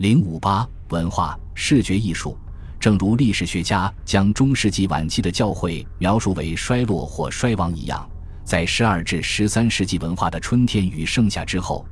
058文化视觉艺术。正如历史学家将中世纪晚期的教会描述为衰落或衰亡一样，在12至13世纪文化的春天与盛夏之后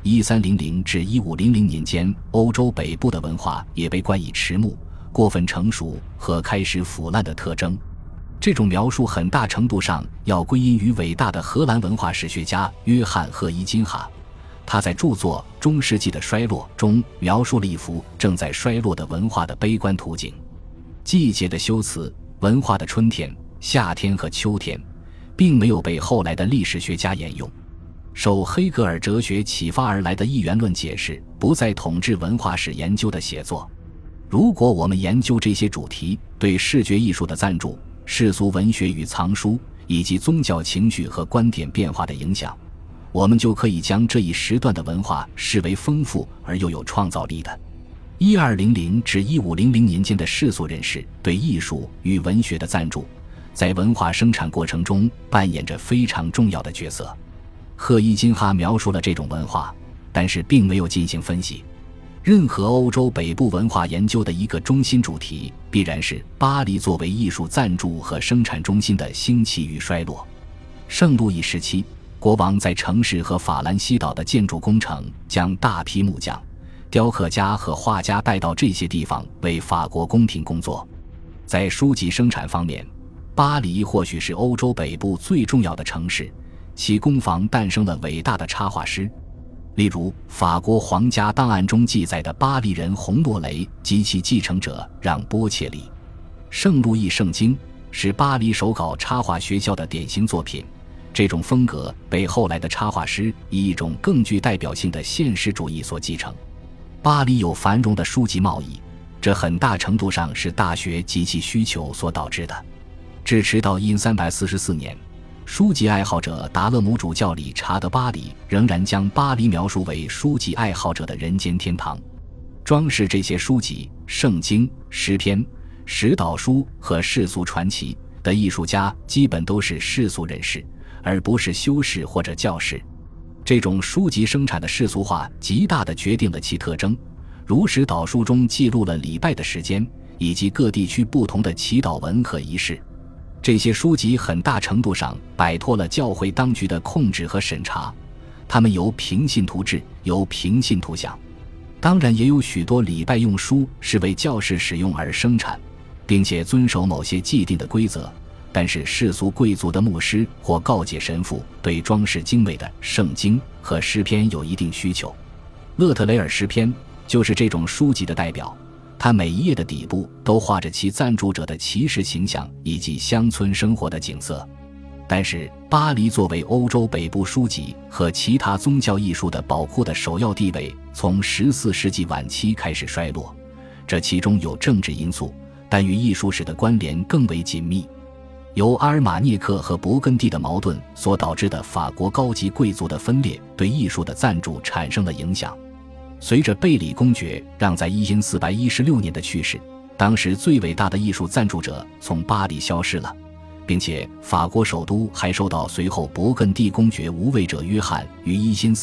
，1300至1500年间，欧洲北部的文化也被冠以迟暮、过分成熟和开始腐烂的特征。这种描述很大程度上要归因于伟大的荷兰文化史学家约翰·赫伊金哈，他在著作《中世纪的衰落》中描述了一幅正在衰落的文化的悲观图景。季节的修辞，文化的春天、夏天和秋天，并没有被后来的历史学家沿用。受黑格尔哲学启发而来的一元论解释不再统治文化史研究的写作。如果我们研究这些主题对视觉艺术的赞助、世俗文学与藏书以及宗教情绪和观点变化的影响，我们就可以将这一时段的文化视为丰富而又有创造力的。1200至1500年间的世俗人士对艺术与文学的赞助，在文化生产过程中扮演着非常重要的角色。赫伊金哈描述了这种文化，但是并没有进行分析。任何欧洲北部文化研究的一个中心主题必然是巴黎作为艺术赞助和生产中心的兴起与衰落。圣路易时期，国王在城市和法兰西岛的建筑工程将大批木匠、雕刻家和画家带到这些地方为法国宫廷工作。在书籍生产方面，巴黎或许是欧洲北部最重要的城市，其工坊诞生了伟大的插画师。例如法国皇家档案中记载的巴黎人洪诺雷及其继承者让·波切利。圣路易圣经是巴黎手稿插画学校的典型作品，这种风格被后来的插画师以一种更具代表性的现实主义所继承。巴黎有繁荣的书籍贸易，这很大程度上是大学及其需求所导致的。至迟到1344年，书籍爱好者达勒姆主教理查德·巴里仍然将巴黎描述为书籍爱好者的人间天堂。装饰这些书籍、圣经、诗篇、使导书和世俗传奇的艺术家基本都是世俗人士，而不是修士或者教士。这种书籍生产的世俗化极大地决定了其特征，如使导书中记录了礼拜的时间以及各地区不同的祈祷文和仪式。这些书籍很大程度上摆脱了教会当局的控制和审查，它们由平信徒制，由平信徒享。当然也有许多礼拜用书是为教士使用而生产，并且遵守某些既定的规则，但是世俗贵族的牧师或告解神父对装饰精美的圣经和诗篇有一定需求。勒特雷尔诗篇就是这种书籍的代表，它每一页的底部都画着其赞助者的骑士形象以及乡村生活的景色。但是巴黎作为欧洲北部书籍和其他宗教艺术的宝库的首要地位从14世纪晚期开始衰落，这其中有政治因素，但与艺术史的关联更为紧密。由阿尔马涅克和勃艮第的矛盾所导致的法国高级贵族的分裂对艺术的赞助产生了影响。随着贝里公爵让在1416年的去世，当时最伟大的艺术赞助者从巴黎消失了，并且法国首都还受到随后勃艮第公爵无畏者约翰于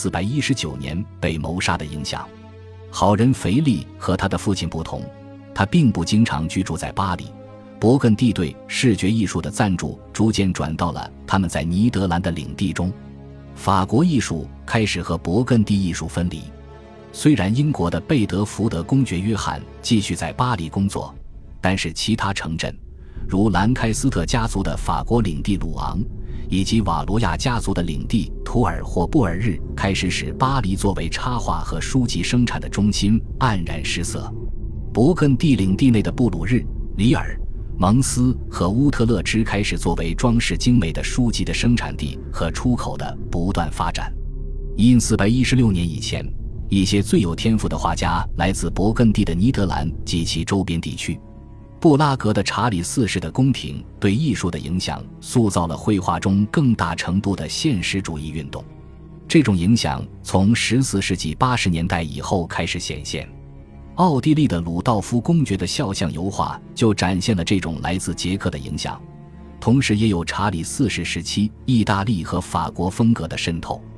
1419年被谋杀的影响。好人腓力和他的父亲不同，他并不经常居住在巴黎。勃艮第对视觉艺术的赞助逐渐转到了他们在尼德兰的领地中。法国艺术开始和勃艮第艺术分离。虽然英国的贝德福德公爵约翰继续在巴黎工作，但是其他城镇，如兰开斯特家族的法国领地鲁昂，以及瓦罗亚家族的领地图尔或布尔日，开始使巴黎作为插画和书籍生产的中心黯然失色。勃艮第领地内的布鲁日、里尔、蒙斯和乌特勒支开始作为装饰精美的书籍的生产地和出口的不断发展。1416年以前，一些最有天赋的画家来自勃艮第的尼德兰及其周边地区。布拉格的查理四世的宫廷对艺术的影响塑造了绘画中更大程度的现实主义运动，这种影响从14世纪80年代以后开始显现。奥地利的鲁道夫公爵的肖像油画就展现了这种来自捷克的影响，同时也有查理四世时期意大利和法国风格的渗透。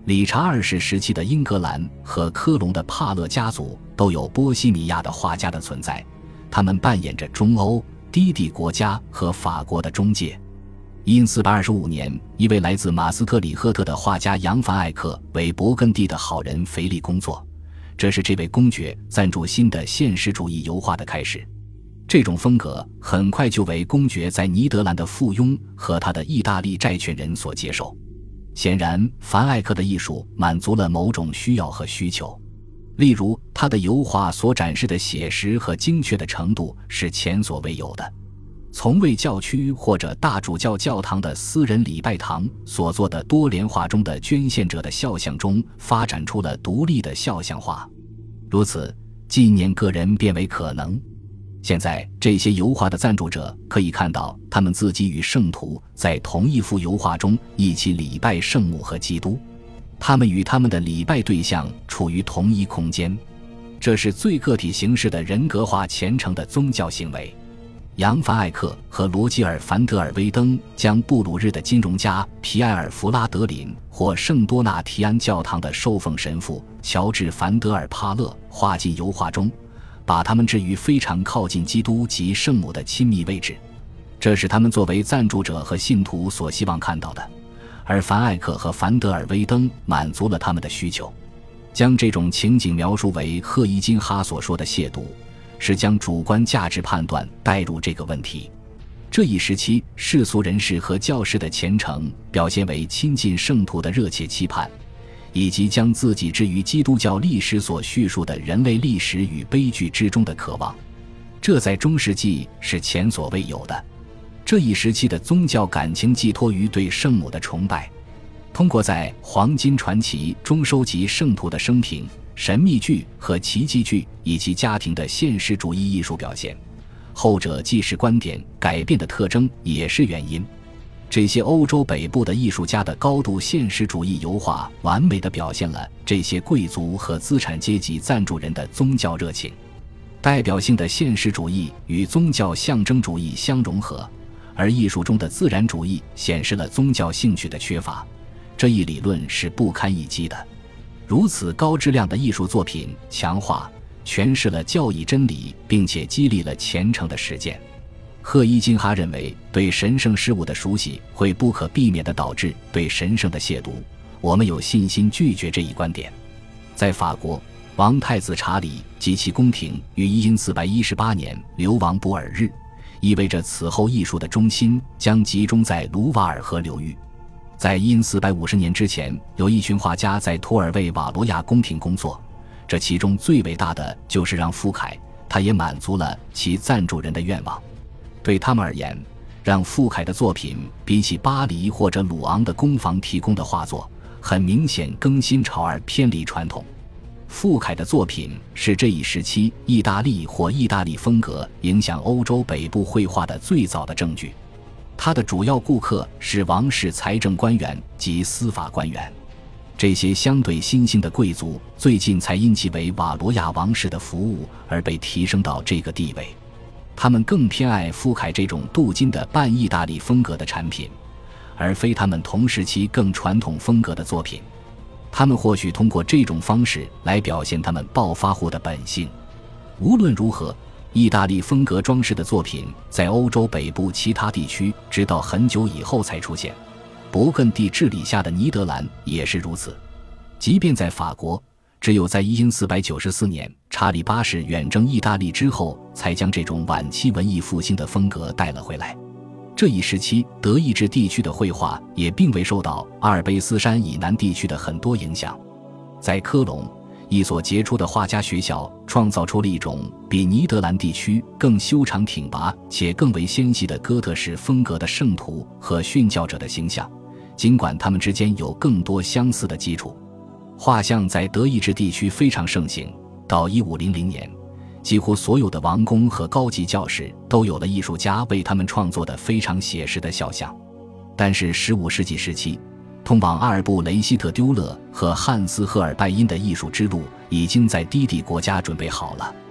理查二世时期的英格兰和科隆的帕勒家族都有波西米亚的画家的存在，他们扮演着中欧、低地国家和法国的中介。因425年，一位来自马斯特里赫特的画家扬凡艾克为勃艮第的好人腓力工作，这是这位公爵赞助新的现实主义油画的开始。这种风格很快就为公爵在尼德兰的附庸和他的意大利债权人所接受。显然，凡艾克的艺术满足了某种需要和需求，例如他的油画所展示的写实和精确的程度是前所未有的。从为教区或者大主教教堂的私人礼拜堂所做的多联画中的捐献者的肖像中发展出了独立的肖像画，如此纪念个人变为可能。现在这些油画的赞助者可以看到他们自己与圣徒在同一幅油画中一起礼拜圣母和基督，他们与他们的礼拜对象处于同一空间，这是最个体形式的人格化虔诚的宗教行为。扬凡艾克和罗吉尔·凡德尔威登将布鲁日的金融家皮埃尔·弗拉德林或圣多纳提安教堂的受奉神父乔治·凡德尔帕勒画进油画中，把他们置于非常靠近基督及圣母的亲密位置，这是他们作为赞助者和信徒所希望看到的，而凡艾克和凡德尔威登满足了他们的需求。将这种情景描述为赫伊金哈所说的亵渎，是将主观价值判断带入这个问题。这一时期世俗人士和教士的虔诚表现为亲近圣徒的热切期盼，以及将自己置于基督教历史所叙述的人类历史与悲剧之中的渴望，这在中世纪是前所未有的。这一时期的宗教感情寄托于对圣母的崇拜，通过在黄金传奇中收集圣徒的生平、神秘剧和奇迹剧以及家庭的现实主义艺术表现，后者既是观点改变的特征，也是原因。这些欧洲北部的艺术家的高度现实主义油画完美地表现了这些贵族和资产阶级赞助人的宗教热情。代表性的现实主义与宗教象征主义相融合，而艺术中的自然主义显示了宗教兴趣的缺乏，这一理论是不堪一击的。如此高质量的艺术作品强化、诠释了教义真理，并且激励了虔诚的实践。赫伊金哈认为，对神圣事物的熟悉会不可避免地导致对神圣的亵渎，我们有信心拒绝这一观点。在法国，王太子查理及其宫廷于1418年流亡布尔日，意味着此后艺术的中心将集中在卢瓦尔河流域。在1450年之前，有一群画家在托尔为瓦罗亚宫廷工作，这其中最伟大的就是让·富凯，他也满足了其赞助人的愿望。对他们而言，让·富凯的作品比起巴黎或者鲁昂的工坊提供的画作，很明显更新潮而偏离传统。富凯的作品是这一时期意大利或意大利风格影响欧洲北部绘画的最早的证据。他的主要顾客是王室财政官员及司法官员，这些相对新兴的贵族最近才因其为瓦罗亚王室的服务而被提升到这个地位。他们更偏爱富凯这种镀金的半意大利风格的产品，而非他们同时期更传统风格的作品。他们或许通过这种方式来表现他们暴发户的本性。无论如何，意大利风格装饰的作品在欧洲北部其他地区直到很久以后才出现，勃艮第治理下的尼德兰也是如此。即便在法国，只有在1494年查理8世远征意大利之后，才将这种晚期文艺复兴的风格带了回来。这一时期德意志地区的绘画也并未受到阿尔卑斯山以南地区的很多影响。在科隆，一所杰出的画家学校创造出了一种比尼德兰地区更修长挺拔且更为纤细的哥特式风格的圣徒和殉教者的形象，尽管他们之间有更多相似的基础。画像在德意志地区非常盛行，到1500年，几乎所有的王公和高级教士都有了艺术家为他们创作的非常写实的肖像。但是15世纪时期，通往阿尔布雷希特丢勒和汉斯赫尔拜因的艺术之路已经在低地国家准备好了。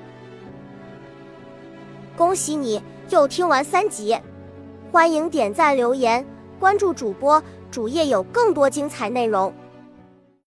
恭喜你又听完3集，欢迎点赞留言，关注主播，主页有更多精彩内容。